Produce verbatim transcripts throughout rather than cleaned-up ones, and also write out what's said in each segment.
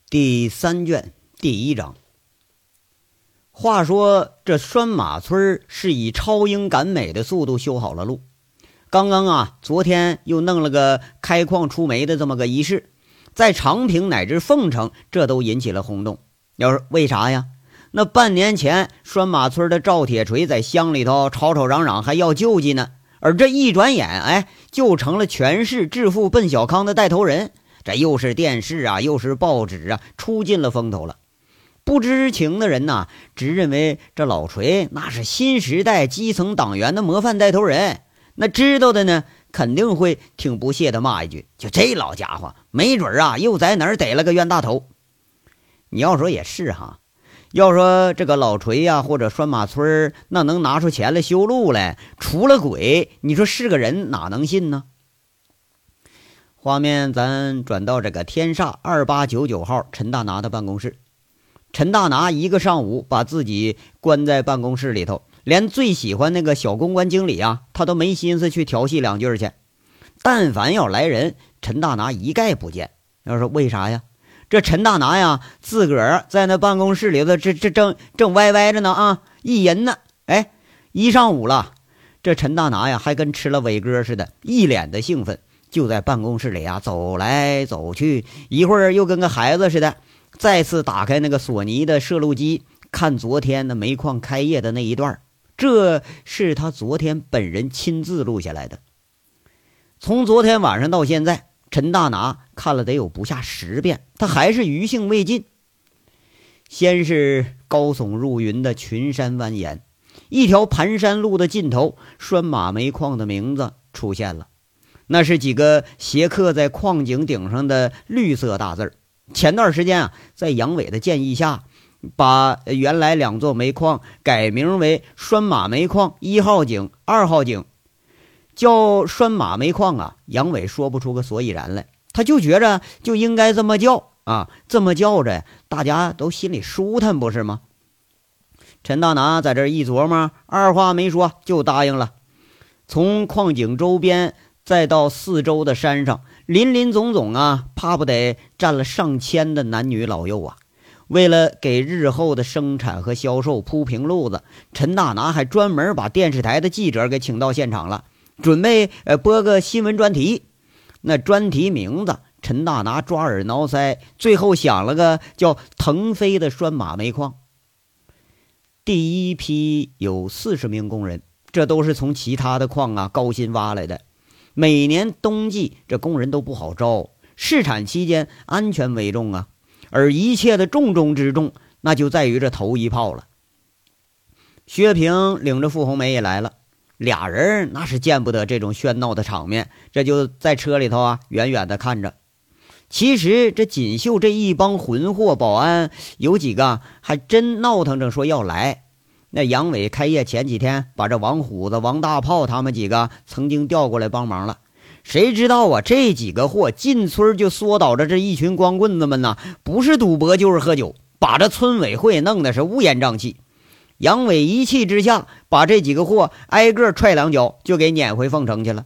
第三卷第一章。话说这拴马村是以超英赶美的速度修好了路，刚刚啊昨天又弄了个开矿出煤的这么个仪式，在长平乃至凤城这都引起了轰动。要是为啥呀？那半年前拴马村的赵铁锤在乡里头吵吵嚷嚷还要救济呢，而这一转眼哎就成了全市致富奔小康的带头人，这又是电视啊又是报纸啊出尽了风头了。不知情的人呐、啊，只认为这老锤那是新时代基层党员的模范带头人，那知道的呢肯定会挺不屑的骂一句，就这老家伙没准啊又在哪儿逮了个冤大头。你要说也是哈，要说这个老锤呀、啊、或者拴马村那能拿出钱来修路来，除了鬼你说是个人哪能信呢？画面咱转到这个天煞二八九九号陈大拿的办公室。陈大拿一个上午把自己关在办公室里头，连最喜欢那个小公关经理啊他都没心思去调戏两句去。但凡要来人，陈大拿一概不见。要说为啥呀？这陈大拿呀自个儿在那办公室里头这这正正歪歪着呢啊，一人呢，哎，一上午了，这陈大拿呀还跟吃了伟哥似的，一脸的兴奋，就在办公室里啊走来走去，一会儿又跟个孩子似的再次打开那个索尼的摄录机，看昨天的煤矿开业的那一段，这是他昨天本人亲自录下来的。从昨天晚上到现在，陈大拿看了得有不下十遍，他还是余兴未尽。先是高耸入云的群山蜿蜒，一条盘山路的尽头，拴马煤矿的名字出现了，那是几个斜刻在矿井顶上的绿色大字儿。前段时间啊，在杨伟的建议下，把原来两座煤矿改名为拴马煤矿一号井、二号井。叫拴马煤矿啊，杨伟说不出个所以然来，他就觉着就应该这么叫啊，这么叫着大家都心里舒坦不是吗？陈大拿在这一琢磨，二话没说就答应了。从矿井周边再到四周的山上，林林总总啊，怕不得站了上千的男女老幼啊。为了给日后的生产和销售铺平路子，陈大拿还专门把电视台的记者给请到现场了，准备呃播个新闻专题。那专题名字陈大拿抓耳挠腮，最后想了个叫腾飞的拴马煤矿。第一批有四十名工人，这都是从其他的矿啊高薪挖来的。每年冬季这工人都不好招，试产期间安全为重啊，而一切的重中之重那就在于这头一炮了。薛平领着傅红梅也来了，俩人那是见不得这种喧闹的场面，这就在车里头啊远远的看着。其实这锦绣这一帮混货保安有几个还真闹腾着说要来。那杨伟开业前几天把这王虎子、王大炮他们几个曾经调过来帮忙了，谁知道啊这几个货进村就缩倒着这一群光棍子们呢，不是赌博就是喝酒，把这村委会弄得是乌烟瘴气。杨伟一气之下把这几个货挨个踹两脚就给撵回凤城去了。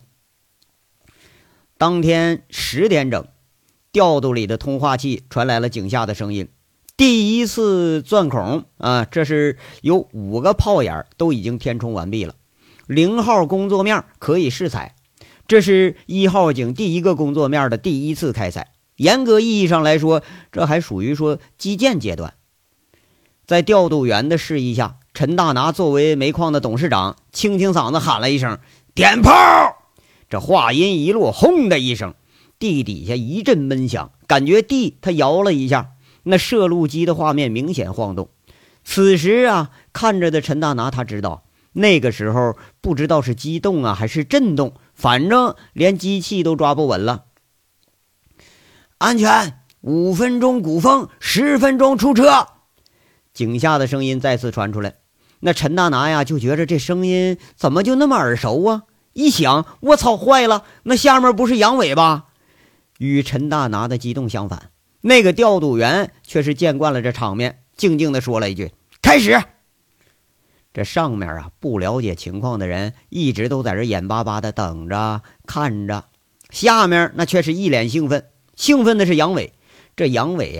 当天十点整，调度里的通话器传来了井下的声音，第一次钻孔啊，这是有五个炮眼都已经填充完毕了，零号工作面可以试采。这是一号井第一个工作面的第一次开采，严格意义上来说，这还属于说基建阶段。在调度员的示意下，陈大拿作为煤矿的董事长，清清嗓子喊了一声点炮。这话音一落，轰的一声，地底下一阵闷响，感觉地它摇了一下，那摄录机的画面明显晃动。此时啊，看着的陈大拿他知道，那个时候不知道是激动啊还是震动，反正连机器都抓不稳了。安全，五分钟鼓风，十分钟出车。井下的声音再次传出来，那陈大拿呀就觉着这声音怎么就那么耳熟啊？一想，我操，坏了，那下面不是杨伟吧？与陈大拿的激动相反，那个调度员却是见惯了这场面，静静地说了一句开始。这上面啊不了解情况的人一直都在这眼巴巴的等着看着，下面那却是一脸兴奋。兴奋的是杨伟，这杨伟啊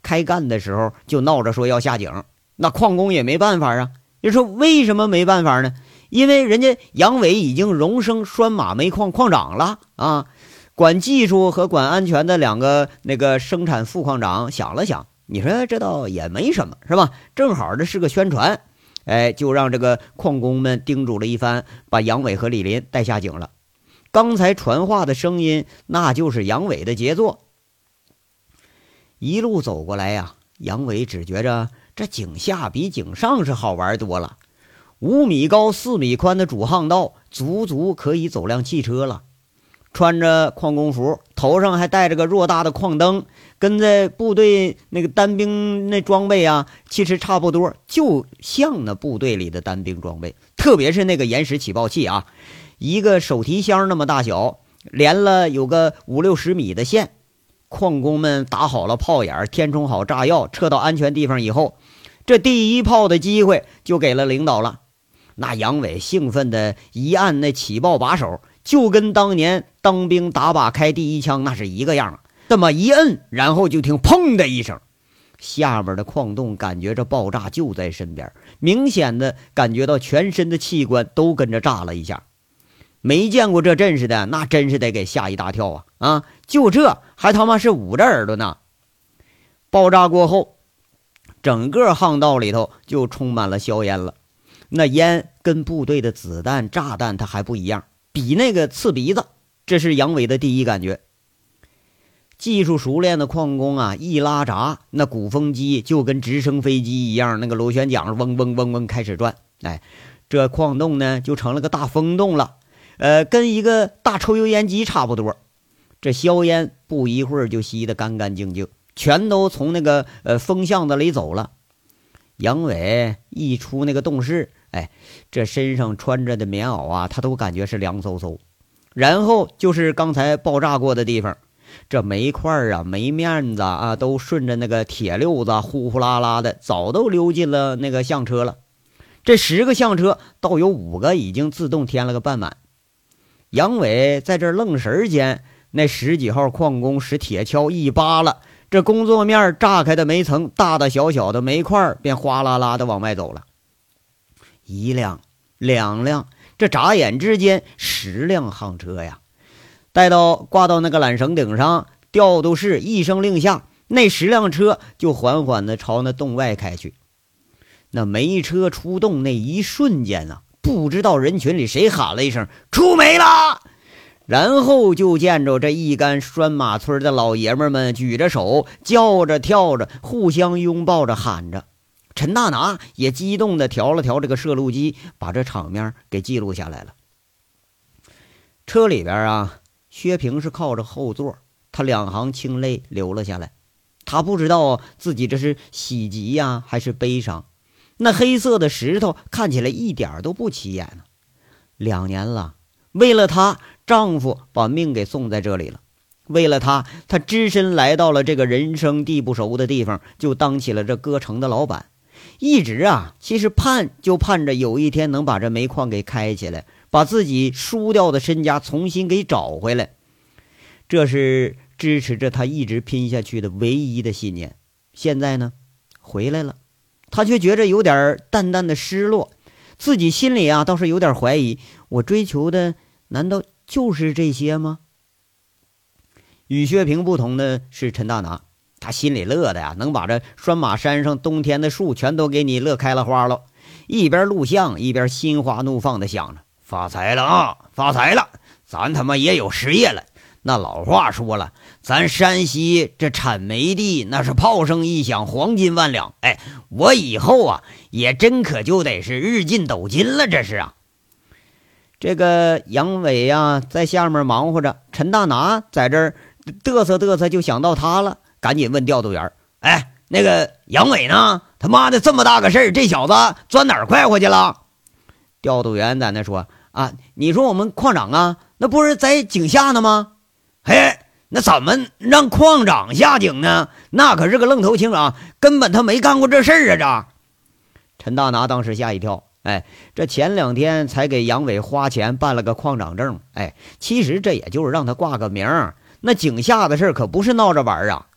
开干的时候就闹着说要下井，那矿工也没办法啊。就说为什么没办法呢？因为人家杨伟已经荣升拴马煤矿矿长了啊。管技术和管安全的两个那个生产副矿长想了想，你说这倒也没什么，是吧？正好这是个宣传，哎，就让这个矿工们叮嘱了一番，把杨伟和李林带下井了。刚才传话的声音，那就是杨伟的杰作。一路走过来呀，杨伟只觉着这井下比井上是好玩多了。五米高四米宽的主巷道，足足可以走辆汽车了。穿着矿工服，头上还带着个偌大的矿灯，跟在部队那个单兵那装备啊，其实差不多，就像那部队里的单兵装备。特别是那个延时起爆器啊，一个手提箱那么大小，连了有个五六十米的线。矿工们打好了炮眼，填充好炸药，撤到安全地方以后，这第一炮的机会就给了领导了。那杨伟兴奋的一按那起爆把手，就跟当年当兵打靶开第一枪那是一个样啊。这么一摁，然后就听砰的一声，下面的矿洞感觉这爆炸就在身边，明显的感觉到全身的器官都跟着炸了一下。没见过这阵势的，那真是得给吓一大跳啊！啊，就这还他妈是捂着耳朵呢。爆炸过后，整个巷道里头就充满了硝烟了。那烟跟部队的子弹炸弹它还不一样，比那个刺鼻子，这是杨伟的第一感觉。技术熟练的矿工啊，一拉闸，那鼓风机就跟直升飞机一样，那个螺旋桨嗡嗡嗡嗡开始转。哎，这矿洞呢就成了个大风洞了，呃，跟一个大抽油烟机差不多。这硝烟不一会儿就吸得干干净净，全都从那个呃风巷子里走了。杨伟一出那个洞室，哎，这身上穿着的棉袄啊，他都感觉是凉飕飕。然后就是刚才爆炸过的地方，这煤块啊、煤面子啊，都顺着那个铁溜子呼呼啦啦的，早都溜进了那个巷车了。这十个巷车，倒有五个已经自动填了个半满。杨伟在这愣神间，那十几号矿工使铁锹一扒拉，这工作面炸开的煤层，大大小小的煤块便哗啦啦的往外走了。一辆两辆，这眨眼之间十辆夯车呀。带到挂到那个缆绳顶上，调度室一声令下，那十辆车就缓缓的朝那洞外开去。那煤车出洞那一瞬间啊，不知道人群里谁喊了一声出煤了，然后就见着这一干拴马村的老爷们们举着手，叫着跳着，互相拥抱着喊着。陈大拿也激动地调了调这个摄录机，把这场面给记录下来了。车里边啊，薛平是靠着后座，他两行清泪流了下来。他不知道自己这是喜极呀还是悲伤。那黑色的石头看起来一点都不起眼呢。两年了，为了她，丈夫把命给送在这里了。为了她，她只身来到了这个人生地不熟的地方，就当起了这歌城的老板。一直啊，其实盼就盼着有一天能把这煤矿给开起来，把自己输掉的身家重新给找回来。这是支持着他一直拼下去的唯一的信念。现在呢，回来了，他却觉着有点淡淡的失落，自己心里啊倒是有点怀疑，我追求的难道就是这些吗？与薛平不同的是陈大拿，他心里乐的呀，能把这拴马山上冬天的树全都给你乐开了花了。一边录像一边心花怒放的想着，发财了啊，发财了，咱他妈也有实业了。那老话说了，咱山西这产煤地那是炮声一响，黄金万两。哎，我以后啊也真可就得是日进斗金了，这是啊。这个杨伟呀在下面忙活着，陈大拿在这儿嘚瑟嘚瑟，就想到他了，赶紧问调度员，哎，那个杨伟呢？他妈的这么大个事儿，这小子钻哪儿快活去了？调度员在那说啊，你说我们矿长啊，那不是在井下呢吗？嘿，那怎么让矿长下井呢？那可是个愣头青啊，根本他没干过这事儿啊！这陈大拿当时吓一跳，哎，这前两天才给杨伟花钱办了个矿长证，哎，其实这也就是让他挂个名儿，那井下的事可不是闹着玩啊！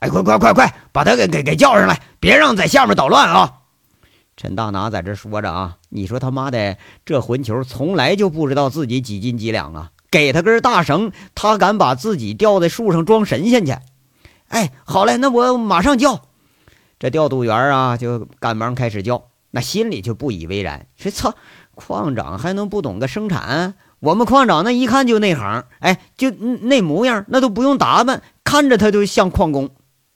哎，快快快快，把他给给给叫上来，别让在下面捣乱啊！ 陈大拿在这说着啊，你说他妈的这混球从来就不知道自己几斤几两啊！给他根大绳，他敢把自己吊在树上装神仙去？哎，好嘞，那我马上叫。这调度员啊就赶忙开始叫，那心里就不以为然，说操，矿长还能不懂个生产？我们矿长那一看就内行，哎，就那模样，那都不用打扮，看着他就像矿工。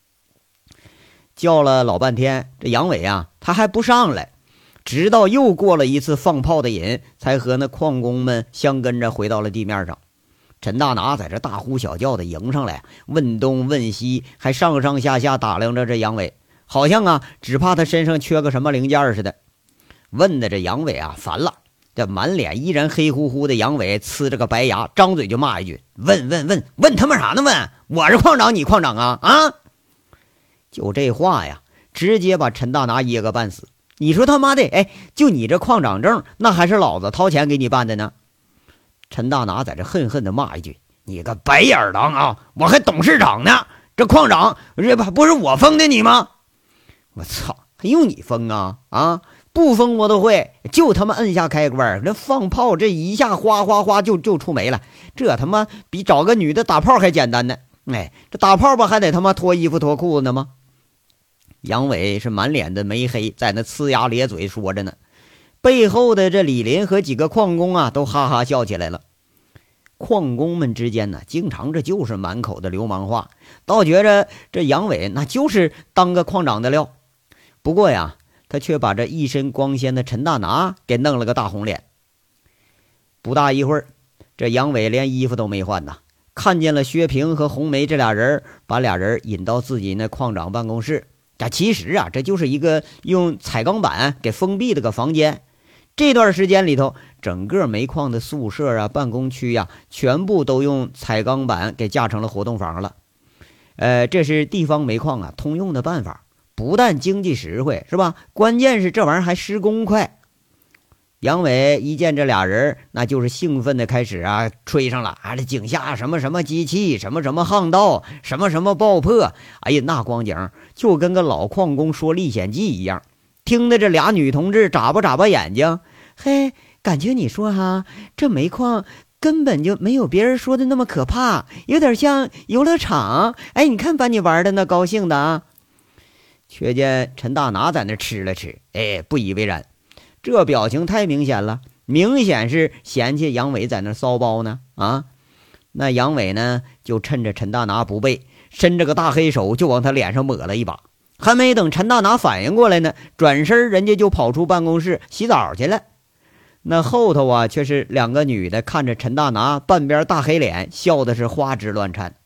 叫了老半天，这杨伟啊他还不上来，直到又过了一次放炮的瘾，才和那矿工们相跟着回到了地面上。陈大拿在这大呼小叫的迎上来，问东问西，还上上下下打量着这杨伟，好像啊只怕他身上缺个什么零件似的。问的这杨伟啊烦了，这满脸依然黑乎乎的杨伟呲着个白牙，张嘴就骂一句：问问问问他妈啥呢？问我是矿长你矿长啊啊！就这话呀，直接把陈大拿噎个半死。你说他妈的，哎，就你这矿长证，那还是老子掏钱给你办的呢。陈大拿在这恨恨地骂一句：你个白眼狼啊，我还董事长呢，这矿长这不是我封的你吗？我操，还用你封啊啊！不封我都会，就他妈摁下开关，那放炮这一下哗哗哗就就出煤了，这他妈比找个女的打炮还简单呢。哎，这打炮吧还得他妈脱衣服脱裤子呢吗？杨伟是满脸的煤黑，在那呲牙咧嘴说着呢，背后的这李林和几个矿工啊都哈哈笑起来了。矿工们之间呢经常这就是满口的流氓话，倒觉着这杨伟那就是当个矿长的料。不过呀，他却把这一身光鲜的陈大拿给弄了个大红脸。不大一会儿，这杨伟连衣服都没换呐，看见了薛平和红梅这俩人，把俩人引到自己那矿长办公室。啊，其实啊，这就是一个用彩钢板给封闭的个房间。这段时间里头，整个煤矿的宿舍啊、办公区呀、啊，全部都用彩钢板给架成了活动房了。呃，这是地方煤矿啊通用的办法，不但经济实惠，是吧？关键是这玩意儿还施工快。杨伟一见这俩人，那就是兴奋的开始啊吹上了啊，这井下什么什么机器，什么什么巷道，什么什么爆破，哎呀，那光景就跟个老矿工说历险记一样，听得这俩女同志眨巴眨巴眼睛。嘿，感觉你说哈，这煤矿根本就没有别人说的那么可怕，有点像游乐场。哎，你看把你玩的那高兴的啊。却见陈大拿在那吃了吃，哎，不以为然。这表情太明显了，明显是嫌弃杨伟在那骚包呢啊！那杨伟呢，就趁着陈大拿不备，伸着个大黑手就往他脸上抹了一把。还没等陈大拿反应过来呢，转身人家就跑出办公室洗澡去了。那后头啊，却是两个女的看着陈大拿半边大黑脸，笑的是花枝乱颤。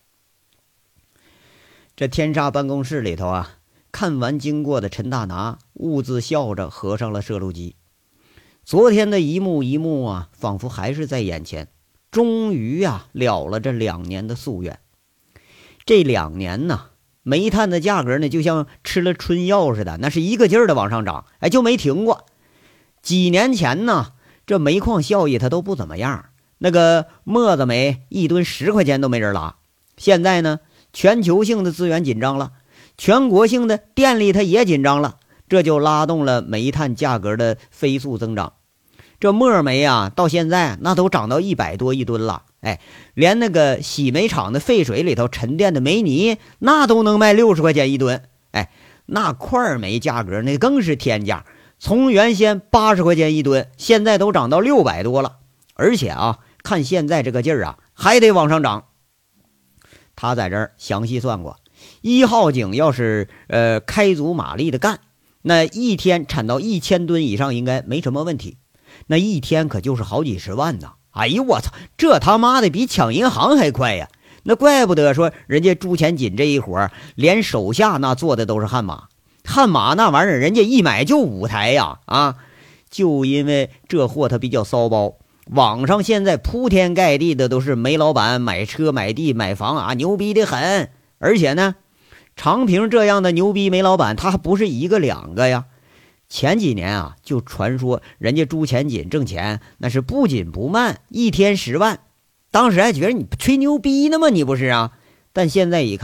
这天煞办公室里头啊，看完经过的陈大拿兀自笑着合上了摄录机。昨天的一幕一幕啊，仿佛还是在眼前。终于啊，了了这两年的夙愿。这两年呢，煤炭的价格呢，就像吃了春药似的，那是一个劲儿的往上涨，哎，就没停过。几年前呢，这煤矿效益它都不怎么样，那个磨子煤一吨十块钱都没人拉。现在呢，全球性的资源紧张了，全国性的电力它也紧张了。这就拉动了煤炭价格的飞速增长。这墨煤啊，到现在那都涨到一百多一吨了。哎，连那个洗煤厂的废水里头沉淀的煤泥，那都能卖六十块钱一吨。哎，那块煤价格那更是天价，从原先八十块钱一吨，现在都涨到六百多了。而且啊，看现在这个劲儿啊，还得往上涨。他在这儿详细算过，一号井要是呃开足马力的干，那一天产到一千吨以上应该没什么问题，那一天可就是好几十万呢。哎呦我操，这他妈的比抢银行还快呀！那怪不得说人家朱前锦这一伙连手下那做的都是悍马，悍马那玩意儿人家一买就五台呀！啊，就因为这货他比较骚包，网上现在铺天盖地的都是煤老板买车买地买房啊，牛逼的很。而且呢，长平这样的牛逼煤老板他还不是一个两个呀。前几年啊，就传说人家朱前锦挣钱那是不紧不慢，一天十万。当时还觉得你吹牛逼呢吗？你不是啊？但现在一看，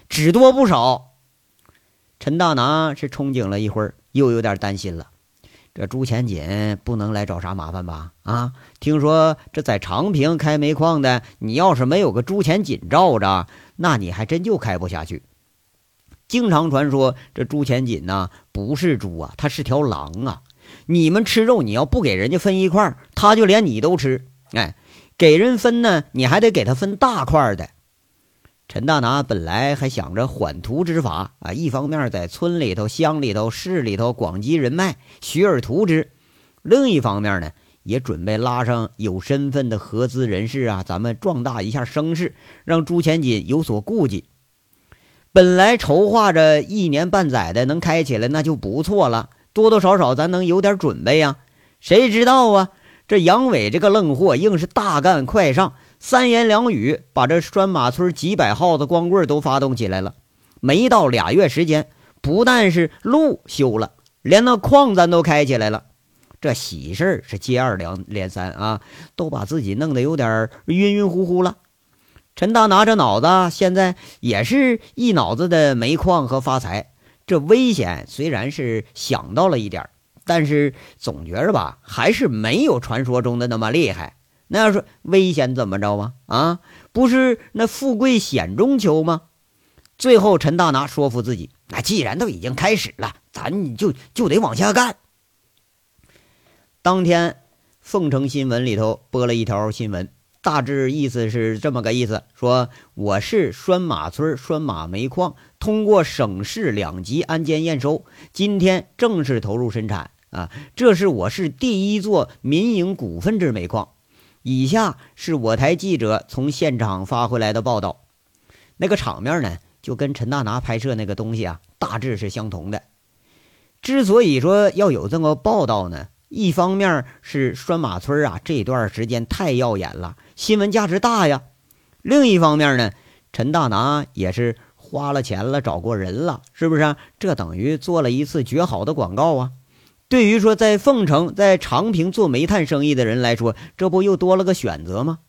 只多不少。陈大拿是憧憬了一会儿，又有点担心了。这朱钱锦不能来找啥麻烦吧？啊，听说这在长平开煤矿的，你要是没有个朱钱锦罩着，那你还真就开不下去。经常传说这朱钱锦呢不是猪啊，他是条狼啊。你们吃肉，你要不给人家分一块，他就连你都吃。哎，给人分呢，你还得给他分大块的。陈大拿本来还想着缓图之法啊，一方面在村里头、乡里头、市里头广积人脉，学而图之；另一方面呢，也准备拉上有身份的合资人士啊，咱们壮大一下声势，让朱钱锦有所顾忌。本来筹划着一年半载的能开起来，那就不错了，多多少少咱能有点准备呀。谁知道啊，这杨伟这个愣货硬是大干快上，三言两语把这拴马村几百号的光棍都发动起来了。没到俩月时间，不但是路修了，连那矿咱都开起来了。这喜事儿是接二连连三啊，都把自己弄得有点晕晕乎乎了。陈大拿着脑子现在也是一脑子的煤矿和发财，这危险虽然是想到了一点，但是总觉着吧，还是没有传说中的那么厉害。那要是危险怎么着啊？啊，不是那富贵险中求吗？最后陈大拿说服自己，那既然都已经开始了，咱就就得往下干。当天凤城新闻里头播了一条新闻，大致意思是这么个意思，说我市拴马村拴马煤矿通过省市两级安监验收，今天正式投入生产啊！这是我市第一座民营股份制煤矿。以下是我台记者从现场发回来的报道。那个场面呢，就跟陈大拿拍摄那个东西啊，大致是相同的。之所以说要有这么报道呢，一方面是拴马村啊这段时间太耀眼了，新闻价值大呀。另一方面呢，陈大拿也是花了钱了，找过人了，是不是啊？这等于做了一次绝好的广告啊。对于说在凤城、在长平做煤炭生意的人来说，这不又多了个选择吗？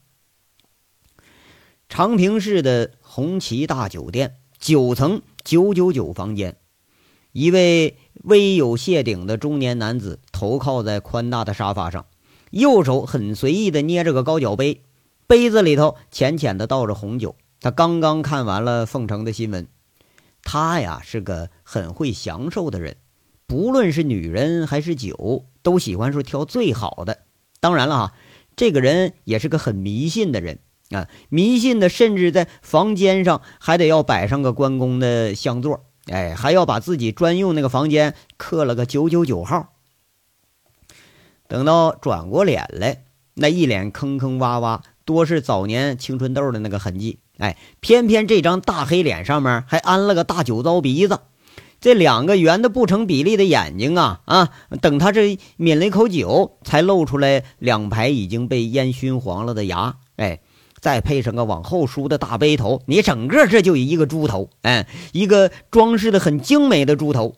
长平市的红旗大酒店，九层九九九房间，一位微有谢顶的中年男子头靠在宽大的沙发上，右手很随意地捏着个高脚杯，杯子里头浅浅地倒着红酒。他刚刚看完了凤城的新闻。他呀是个很会享受的人，不论是女人还是酒，都喜欢说挑最好的。当然了哈，这个人也是个很迷信的人啊，迷信的甚至在房间上还得要摆上个关公的像座，哎，还要把自己专用那个房间刻了个九九九号。等到转过脸来，那一脸坑坑洼洼，多是早年青春痘的那个痕迹，哎，偏偏这张大黑脸上面还安了个大酒糟鼻子。这两个圆的不成比例的眼睛啊啊！等他这抿了一口酒，才露出来两排已经被烟熏黄了的牙。哎，再配上个往后梳的大背头，你整个这就一个猪头，哎，一个装饰的很精美的猪头。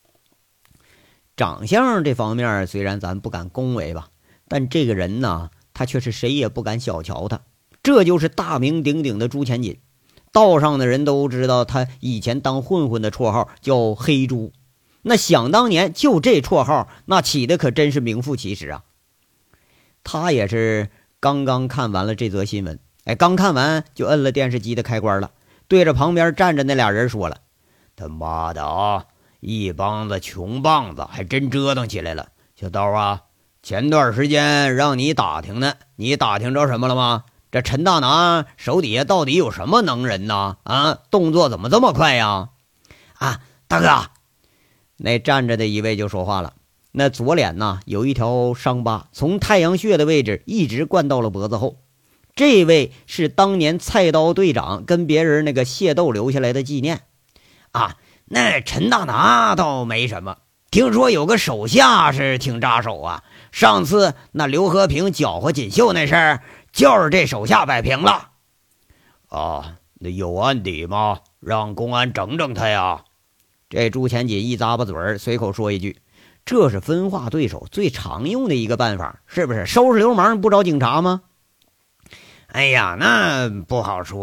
长相这方面虽然咱不敢恭维吧，但这个人呢，他却是谁也不敢小瞧他。这就是大名鼎鼎的朱钱锦。道上的人都知道他以前当混混的绰号叫黑猪，那想当年就这绰号那起的可真是名副其实啊。他也是刚刚看完了这则新闻，哎，刚看完就摁了电视机的开关了，对着旁边站着那俩人说了，他妈的啊，一帮子穷棒子还真折腾起来了。小刀啊，前段时间让你打听呢，你打听着什么了吗？这陈大拿手底下到底有什么能人呢？啊，动作怎么这么快呀？啊，大哥，那站着的一位就说话了，那左脸呢有一条伤疤，从太阳穴的位置一直灌到了脖子后。这位是当年菜刀队长跟别人那个械斗留下来的纪念。啊，那陈大拿倒没什么，听说有个手下是挺扎手啊。上次那刘和平搅和锦绣那事儿，就是这手下摆平了。啊，那有案底吗？让公安整整他呀。这朱钱锦一咂巴嘴儿，随口说一句，这是分化对手最常用的一个办法，是不是？收拾流氓不找警察吗？哎呀，那不好说，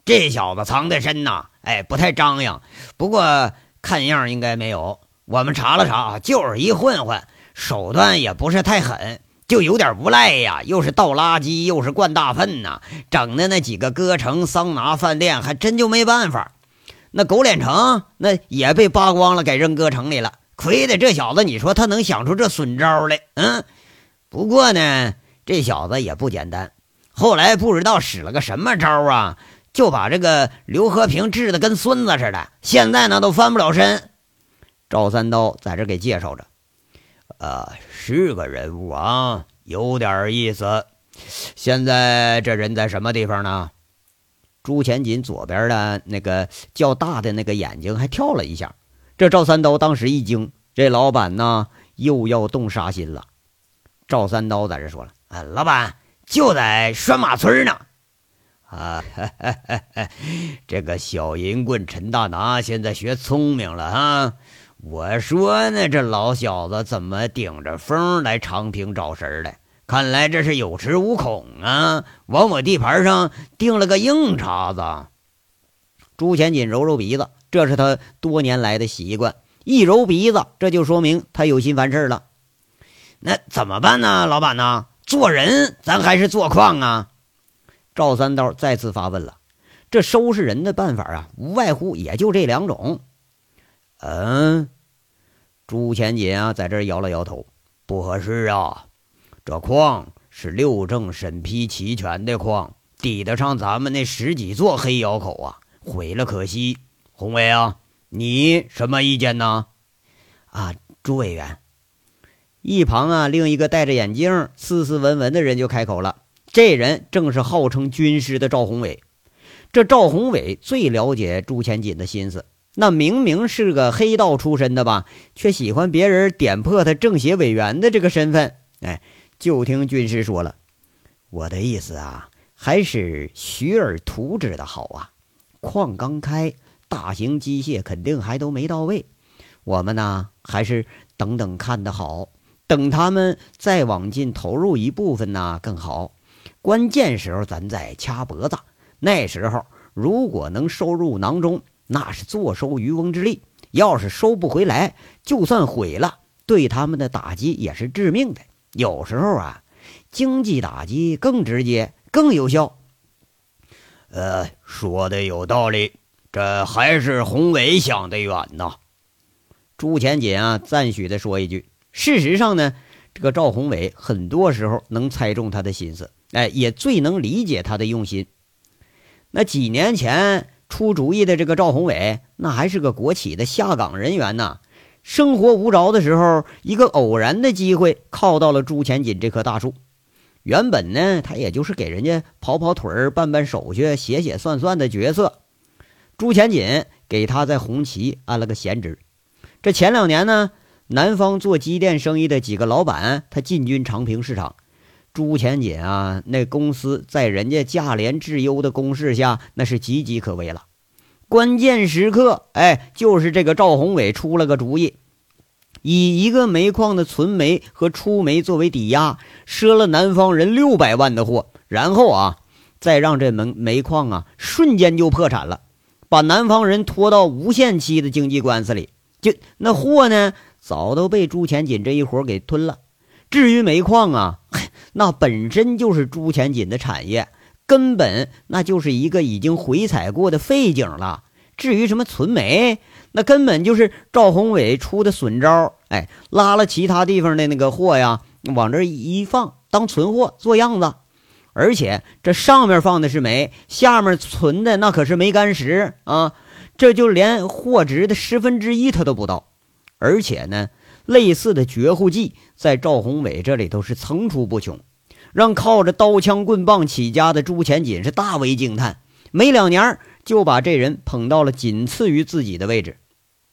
这小子藏得深呐，哎，不太张扬，不过看样应该没有。我们查了查，就是一混混，手段也不是太狠，就有点无赖呀，又是倒垃圾，又是灌大粪呐，整的那几个歌城、桑拿饭店还真就没办法。那狗脸城那也被扒光了，给扔歌城里了。亏得这小子，你说他能想出这损招来？嗯，不过呢，这小子也不简单。后来不知道使了个什么招啊，就把这个刘和平治得跟孙子似的，现在呢都翻不了身。赵三刀在这给介绍着，呃，是个人物啊，有点意思。现在这人在什么地方呢？朱前锦左边的那个较大的那个眼睛还跳了一下，这赵三刀当时一惊，这老板呢又要动杀心了。赵三刀在这说了，啊，老板就在拴马村呢。啊，哈哈哈哈，这个小淫棍陈大拿现在学聪明了啊！我说呢，这老小子怎么顶着风来长平找食来？看来这是有恃无恐啊，往我地盘上钉了个硬茬子。朱前锦揉揉鼻子，这是他多年来的习惯，一揉鼻子，这就说明他有心烦事了。那怎么办呢，老板呢？做人咱还是做矿啊？赵三刀再次发问了。这收拾人的办法啊，无外乎也就这两种。嗯，朱前锦啊，在这儿摇了摇头，不合适啊。这矿是六证审批齐全的矿，抵得上咱们那十几座黑窑口啊，毁了可惜。宏伟啊，你什么意见呢？啊，朱委员。一旁啊，另一个戴着眼镜、斯斯文文的人就开口了。这人正是号称军师的赵宏伟。这赵宏伟最了解朱前锦的心思，那明明是个黑道出身的吧，却喜欢别人点破他政协委员的这个身份。哎，就听军师说了，我的意思啊，还是学而图之的好啊。矿刚开，大型机械肯定还都没到位，我们呢还是等等看得好，等他们再往进投入一部分呢更好。关键时候咱再掐脖子，那时候如果能收入囊中，那是坐收渔翁之利；要是收不回来，就算毁了，对他们的打击也是致命的。有时候啊，经济打击更直接更有效。呃，说的有道理，这还是宏伟想得远呐。朱前锦啊赞许的说一句，事实上呢，这个赵宏伟很多时候能猜中他的心思，哎，也最能理解他的用心。那几年前出主意的这个赵宏伟，那还是个国企的下岗人员呢。生活无着的时候，一个偶然的机会靠到了朱前锦这棵大树。原本呢，他也就是给人家跑跑腿儿、办办手续、写写算算的角色。朱前锦给他在红旗安了个闲职。这前两年呢，南方做机电生意的几个老板，他进军长平市场。朱前锦啊，那公司在人家价廉质优的攻势下，那是岌岌可危了。关键时刻，哎，就是这个赵宏伟出了个主意，以一个煤矿的存煤和出煤作为抵押，赊了南方人六百万的货，然后啊，再让这煤煤矿啊瞬间就破产了，把南方人拖到无限期的经济官司里。就那货呢，早都被朱前锦这一伙给吞了。至于煤矿啊，那本身就是朱前锦的产业，根本那就是一个已经回采过的废景了。至于什么存煤，那根本就是赵宏伟出的损招，哎，拉了其他地方的那个货呀，往这一放当存货做样子。而且这上面放的是煤，下面存的那可是煤矸石啊，这就连货值的十分之一他都不到。而且呢，类似的绝户计在赵宏伟这里头是层出不穷，让靠着刀枪棍棒起家的朱前锦是大为惊叹，没两年就把这人捧到了仅次于自己的位置。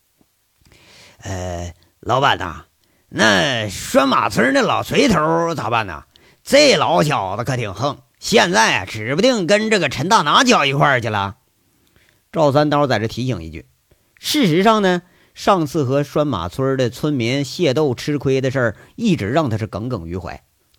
呃，老板呐，那拴马村的老崔头咋办呢？这老小子可挺横，现在啊，指不定跟这个陈大拿搅一块儿去了。赵三刀在这提醒一句，事实上呢，上次和拴马村的村民械斗吃亏的事儿，一直让他是耿耿于怀。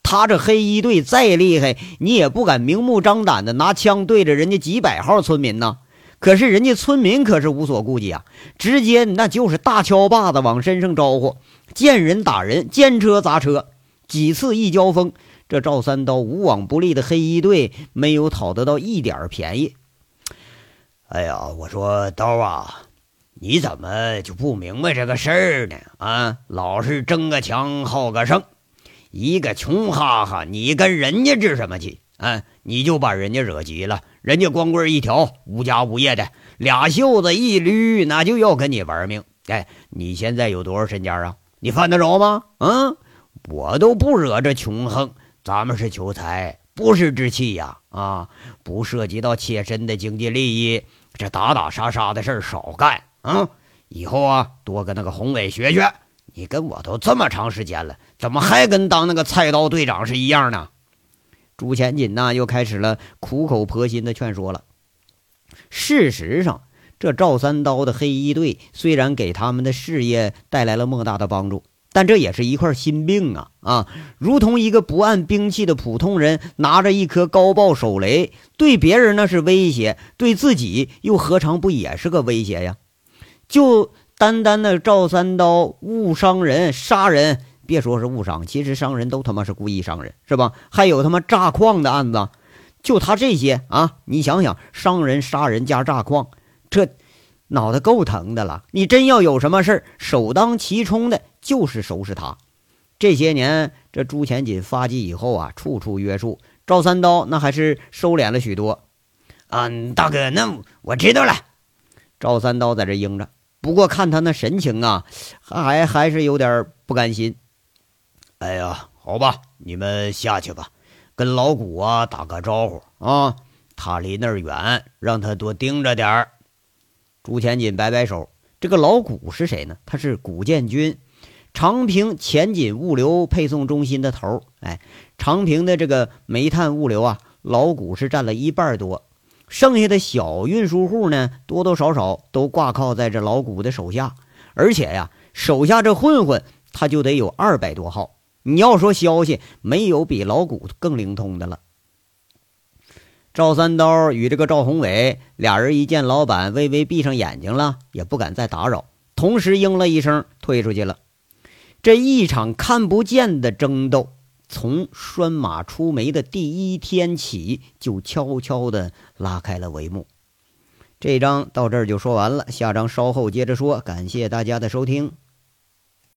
他这黑衣队再厉害，你也不敢明目张胆的拿枪对着人家几百号村民呢。可是人家村民可是无所顾忌啊，直接那就是大锹把子往身上招呼，见人打人，见车砸车。几次一交锋，这赵三刀无往不利的黑衣队没有讨得到一点便宜。 哎呀，我说刀啊，你怎么就不明白这个事儿呢？啊，老是争个强好个胜，一个穷哈哈，你跟人家置什么气啊？你就把人家惹急了，人家光棍一条，无家无业的，俩袖子一捋，那就要跟你玩命。哎，你现在有多少身家啊？你犯得着吗？嗯，我都不惹这穷横，咱们是求财，不是置气呀！啊，不涉及到切身的经济利益，这打打杀杀的事儿少干啊！以后啊，多跟那个宏伟学学。你跟我都这么长时间了，怎么还跟当那个菜刀队长是一样呢？ 朱前锦呢，又开始了苦口婆心的劝说了。事实上，这赵三刀的黑衣队虽然给他们的事业带来了莫大的帮助，但这也是一块心病啊啊！如同一个不按兵器的普通人，拿着一颗高爆手雷，对别人那是威胁，对自己又何尝不也是个威胁呀？就单单的赵三刀误伤人、杀人，别说是误伤，其实伤人都他妈是故意伤人，是吧？还有他妈炸矿的案子，就他这些啊，你想想，伤人、杀人加炸矿，这脑袋够疼的了。你真要有什么事儿，首当其冲的就是收拾他。这些年，这朱前锦发迹以后啊，处处约束，赵三刀那还是收敛了许多。 啊，大哥，那我知道了。 赵三刀在这应着，不过看他那神情啊，还还是有点不甘心。 哎呀，好吧，你们下去吧，跟老谷啊打个招呼啊，他离那儿远，让他多盯着点儿。 朱前锦摆摆手，这个老谷是谁呢？他是谷建军，长平前锦物流配送中心的头。哎，长平的这个煤炭物流啊，老谷是占了一半多。剩下的小运输户呢，多多少少都挂靠在这老谷的手下，而且呀，手下这混混他就得有二百多号。你要说消息，没有比老谷更灵通的了。赵三刀与这个赵宏伟俩人一见老板微微闭上眼睛了，也不敢再打扰，同时应了一声，退出去了。这一场看不见的争斗，从拴马出煤的第一天起，就悄悄地拉开了帷幕。这章到这儿就说完了，下章稍后接着说。感谢大家的收听。